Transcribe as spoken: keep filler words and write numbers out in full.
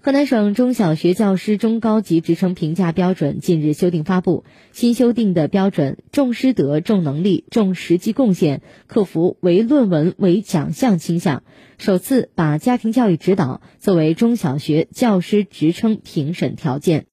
河南省中小学教师中高级职称评价标准近日修订发布，新修订的标准重师德、重能力、重实际贡献，克服唯论文为奖项倾向，首次把家庭教育指导作为中小学教师职称评审条件。